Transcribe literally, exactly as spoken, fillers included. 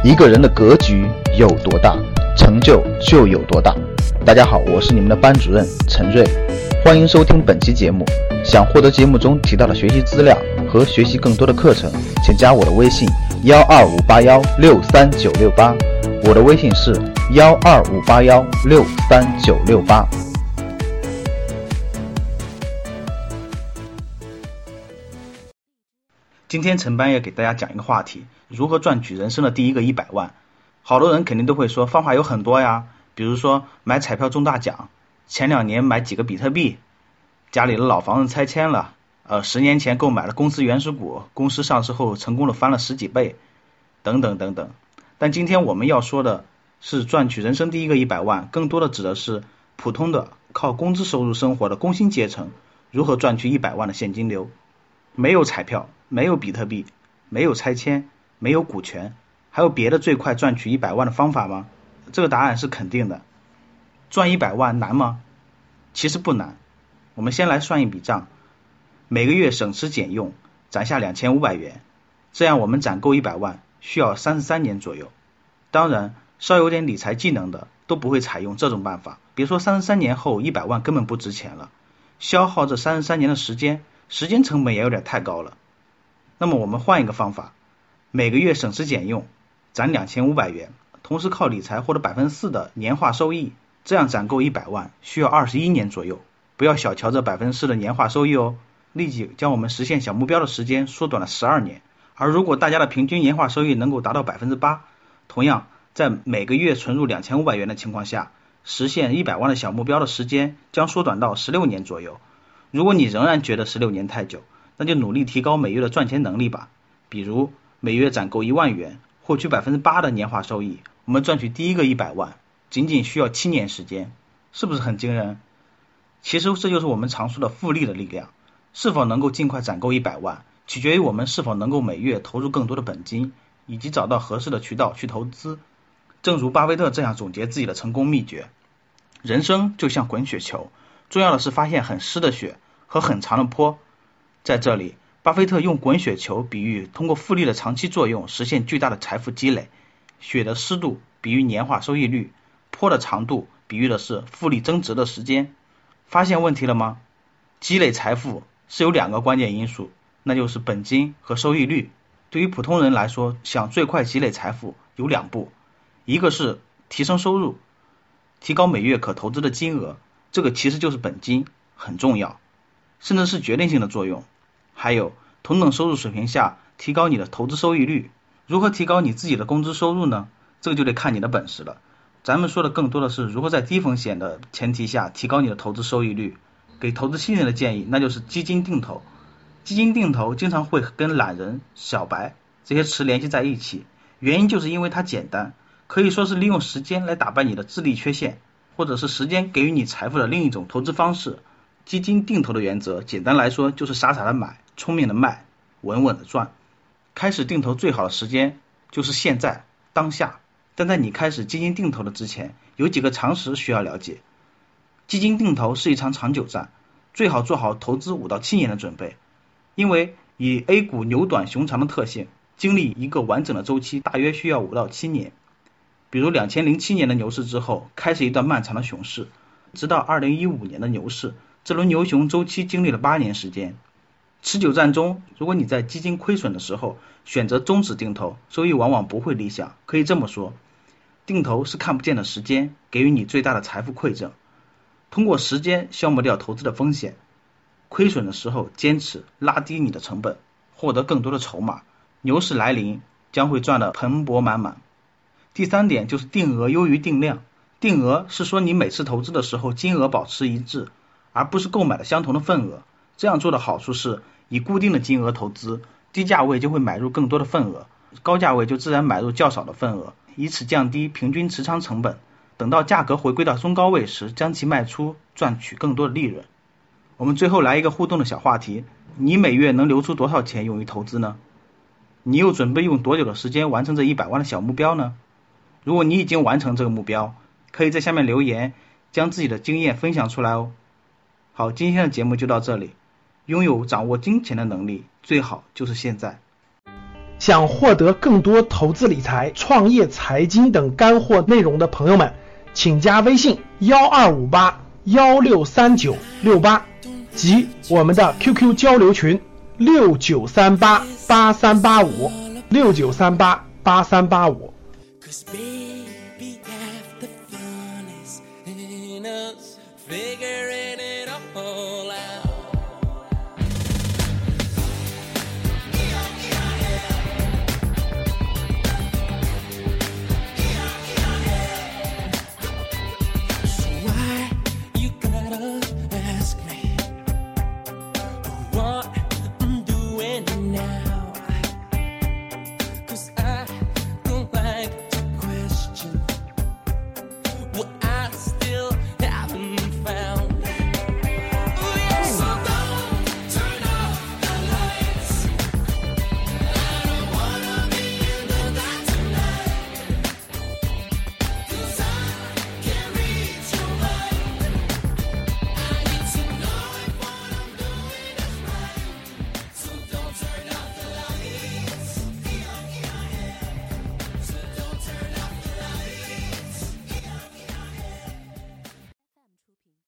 一个人的格局有多大，成就就有多大。大家好，我是你们的班主任陈瑞，欢迎收听本期节目。想获得节目中提到的学习资料和学习更多的课程，请加我的微信幺二五八幺六三九六八，我的微信是幺二五八幺六三九六八。 今天陈班也给大家讲一个话题，如何赚取人生的第一个一百万。好多人肯定都会说方法有很多呀，比如说买彩票中大奖，前两年买几个比特币，家里的老房子拆迁了，呃，十年前购买了公司原始股，公司上市后成功的翻了十几倍，等等等等。但今天我们要说的是赚取人生第一个一百万，更多的指的是普通的靠工资收入生活的工薪阶层如何赚取一百万的现金流。没有彩票，没有比特币，没有拆迁，没有股权，还有别的最快赚取一百万的方法吗？这个答案是肯定的。赚一百万难吗？其实不难。我们先来算一笔账，每个月省吃俭用攒下两千五百元，这样我们攒够一百万需要三十三年左右。当然稍有点理财技能的都不会采用这种办法，别说三十三年后一百万根本不值钱了，消耗这三十三年的时间，时间成本也有点太高了。那么我们换一个方法，每个月省吃俭用攒两千五百元，同时靠理财获得百分之四的年化收益，这样攒够一百万需要二十一年左右。不要小瞧这百分之四的年化收益哦，立即将我们实现小目标的时间缩短了十二年。而如果大家的平均年化收益能够达到百分之八，同样在每个月存入两千五百元的情况下，实现一百万的小目标的时间将缩短到十六年左右。如果你仍然觉得十六年太久，那就努力提高每月的赚钱能力吧。比如每月攒够一万元，获取百分之八的年化收益，我们赚取第一个一百万仅仅需要七年时间，是不是很惊人？其实这就是我们常说的复利的力量。是否能够尽快攒够一百万，取决于我们是否能够每月投入更多的本金，以及找到合适的渠道去投资。正如巴菲特这样总结自己的成功秘诀，人生就像滚雪球，重要的是发现很湿的雪和很长的坡。在这里，巴菲特用滚雪球比喻通过复利的长期作用实现巨大的财富积累，雪的湿度比喻年化收益率，坡的长度比喻的是复利增值的时间。发现问题了吗？积累财富是有两个关键因素，那就是本金和收益率。对于普通人来说，想最快积累财富有两步，一个是提升收入，提高每月可投资的金额，这个其实就是本金，很重要，甚至是决定性的作用。还有同等收入水平下提高你的投资收益率。如何提高你自己的工资收入呢？这个就得看你的本事了。咱们说的更多的是如何在低风险的前提下提高你的投资收益率。给投资新人的建议，那就是基金定投。基金定投经常会跟懒人、小白这些词联系在一起，原因就是因为它简单，可以说是利用时间来打败你的智力缺陷，或者是时间给予你财富的另一种投资方式。基金定投的原则简单来说就是傻傻的买，聪明的卖，稳稳的赚。开始定投最好的时间就是现在当下，但在你开始基金定投的之前，有几个常识需要了解。基金定投是一场长久战，最好做好投资五到七年的准备，因为以 A 股牛短熊长的特性，经历一个完整的周期大约需要五到七年。比如两千零七年的牛市之后，开始一段漫长的熊市，直到二零一五年的牛市，这轮牛熊周期经历了八年时间。持久战中，如果你在基金亏损的时候选择终止定投，收益往往不会理想。可以这么说，定投是看不见的时间给予你最大的财富馈赠，通过时间消磨掉投资的风险，亏损的时候坚持拉低你的成本，获得更多的筹码，牛市来临将会赚得盆钵满满。第三点就是定额优于定量。定额是说你每次投资的时候金额保持一致，而不是购买了相同的份额。这样做的好处是以固定的金额投资，低价位就会买入更多的份额，高价位就自然买入较少的份额，以此降低平均持仓成本，等到价格回归到中高位时将其卖出，赚取更多的利润。我们最后来一个互动的小话题，你每月能留出多少钱用于投资呢？你又准备用多久的时间完成这一百万的小目标呢？如果你已经完成这个目标，可以在下面留言，将自己的经验分享出来哦。好，今天的节目就到这里。拥有掌握金钱的能力，最好就是现在。 想获得更多投资理财、创业财经等干货内容的朋友们，请加微信幺二五八幺六三九六八及我们的 Q Q 交流群六九三八八三八五六九三八八三八五。